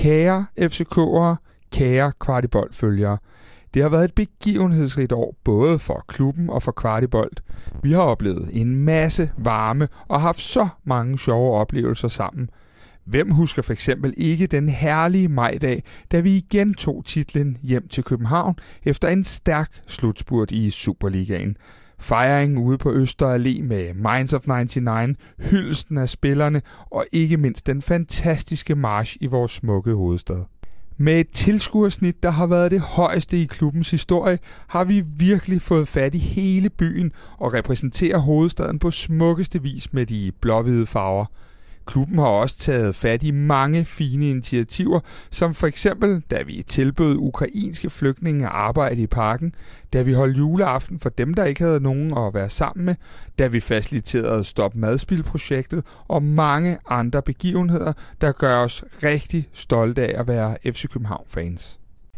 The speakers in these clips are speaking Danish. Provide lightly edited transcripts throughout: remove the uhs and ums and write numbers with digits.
Kære FCK'ere, kære Kvartibold-følgere. Det har været et begivenhedsrigt år, både for klubben og for Kvartibold. Vi har oplevet en masse varme og haft så mange sjove oplevelser sammen. Hvem husker for eksempel ikke den herlige majdag, da vi igen tog titlen hjem til København efter en stærk slutspurt i Superligaen. Fejringen ude på Øster Allé med Minds of 99, hyldesten af spillerne og ikke mindst den fantastiske march i vores smukke hovedstad. Med et tilskuersnit, der har været det højeste i klubbens historie, har vi virkelig fået fat i hele byen og repræsenterer hovedstaden på smukkeste vis med de blå-hvide farver. Klubben har også taget fat i mange fine initiativer, som for eksempel, da vi tilbød ukrainske flygtninge arbejde i parken, da vi holdt juleaften for dem, der ikke havde nogen at være sammen med, da vi faciliterede Stop Madspil-projektet og mange andre begivenheder, der gør os rigtig stolte af at være FC København-fans.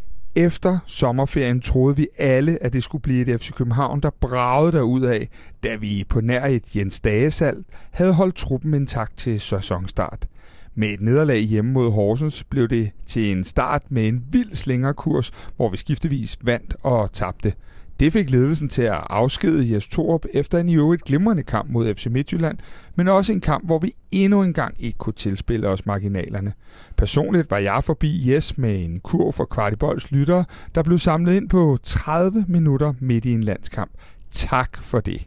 Efter sommerferien troede vi alle, at det skulle blive et FC København, der bragede derudad, da vi på nær et Jens Dage-salg havde holdt truppen intakt til sæsonstart. Med et nederlag hjemme mod Horsens blev det til en start med en vild slingerkurs, hvor vi skiftevis vandt og tabte. Det fik ledelsen til at afskede Jes Torup efter en i øvrigt glimrende kamp mod FC Midtjylland, men også en kamp, hvor vi endnu engang ikke kunne tilspille os marginalerne. Personligt var jeg forbi Jes med en kurv for Kvartibolds lyttere, der blev samlet ind på 30 minutter midt i en landskamp. Tak for det.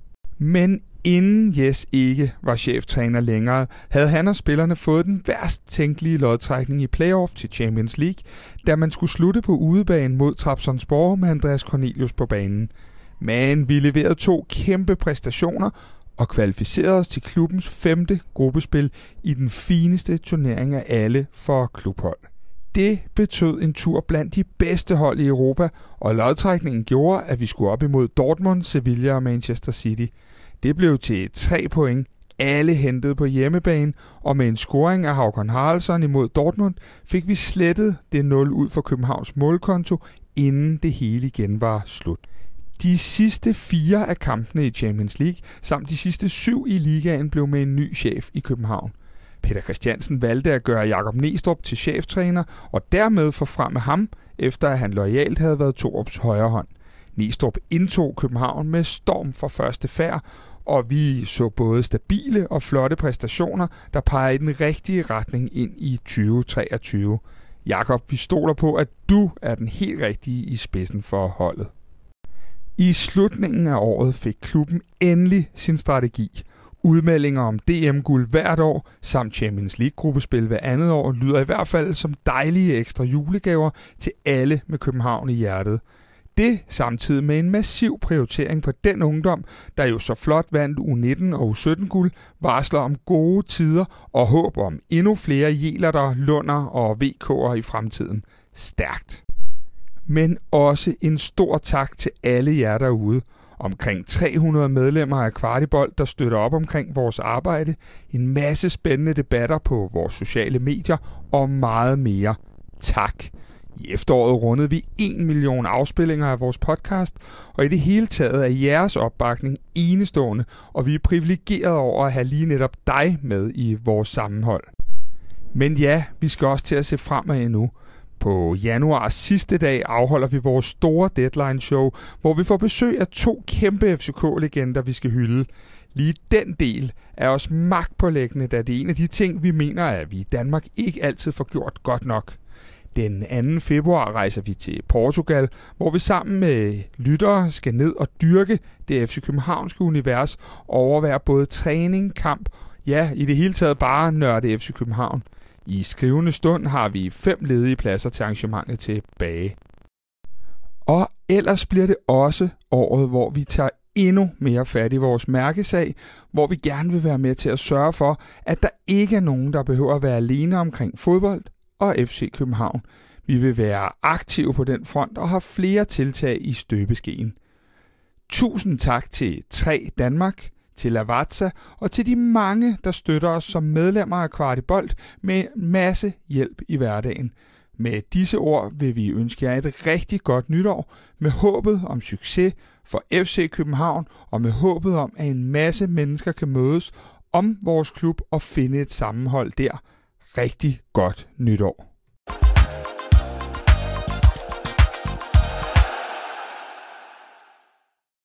Men inden Jes ikke var cheftræner længere, havde han og spillerne fået den værst tænkelige lodtrækning i playoff til Champions League, da man skulle slutte på udebane mod Trabzonspor med Andreas Cornelius på banen. Men vi leverede 2 kæmpe præstationer og kvalificerede os til klubbens 5. gruppespil i den fineste turnering af alle for klubhold. Det betød en tur blandt de bedste hold i Europa, og lodtrækningen gjorde, at vi skulle op imod Dortmund, Sevilla og Manchester City. Det blev til 3 point, alle hentet på hjemmebane, og med en scoring af Håkon Haraldsson imod Dortmund fik vi slettet det 0 ud for Københavns målkonto, inden det hele igen var slut. De sidste 4 af kampene i Champions League, samt de sidste 7 i ligaen, blev med en ny chef i København. Peter Christiansen valgte at gøre Jakob Næstrup til cheftræner, og dermed forfremme ham, efter at han loyalt havde været Torups højre hånd. Næstrup indtog København med storm fra første færd, og vi så både stabile og flotte præstationer, der peger i den rigtige retning ind i 2023. Jakob, vi stoler på, at du er den helt rigtige i spidsen for holdet. I slutningen af året fik klubben endelig sin strategi. Udmeldinger om DM-guld hvert år, samt Champions League-gruppespil hver andet år, lyder i hvert fald som dejlige ekstra julegaver til alle med København i hjertet. Det samtidig med en massiv prioritering på den ungdom, der jo så flot vandt U19 og U17-guld, varsler om gode tider og håb om endnu flere Jelerter, Lunder og VK'er i fremtiden. Stærkt. Men også en stor tak til alle jer derude. Omkring 300 medlemmer af Kvartibold, der støtter op omkring vores arbejde, en masse spændende debatter på vores sociale medier og meget mere. Tak. I efteråret rundede vi 1 million afspillinger af vores podcast, og i det hele taget er jeres opbakning enestående, og vi er privilegerede over at have lige netop dig med i vores sammenhold. Men ja, vi skal også til at se fremad nu. På januars sidste dag afholder vi vores store deadline-show, hvor vi får besøg af 2 kæmpe FCK-legender, vi skal hylde. Lige den del er os magtpålæggende, da det er en af de ting, vi mener, at vi i Danmark ikke altid får gjort godt nok. Den 2. februar rejser vi til Portugal, hvor vi sammen med lyttere skal ned og dyrke det FC Københavnske univers og overvære både træning, kamp, ja, i det hele taget bare nørde FC København. I skrivende stund har vi 5 ledige pladser til arrangementet tilbage. Og ellers bliver det også året, hvor vi tager endnu mere fat i vores mærkesag, hvor vi gerne vil være med til at sørge for, at der ikke er nogen, der behøver at være alene omkring fodbold og FC København. Vi vil være aktive på den front og har flere tiltag i støbeskeen. Tusind tak til 3 Danmark, til Lavazza og til de mange, der støtter os som medlemmer af Kvartibold med masse hjælp i hverdagen. Med disse ord vil vi ønske jer et rigtig godt nytår med håbet om succes for FC København og med håbet om, at en masse mennesker kan mødes om vores klub og finde et sammenhold der. Rigtig godt nytår.